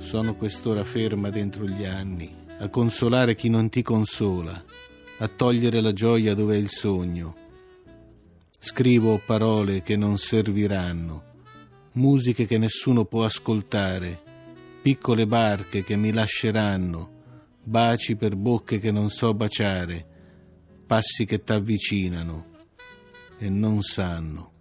Sono quest'ora ferma dentro gli anni, a consolare chi non ti consola, a togliere la gioia dove è il sogno. Scrivo parole che non serviranno, musiche che nessuno può ascoltare, piccole barche che mi lasceranno, baci per bocche che non so baciare, passi che t'avvicinano e non sanno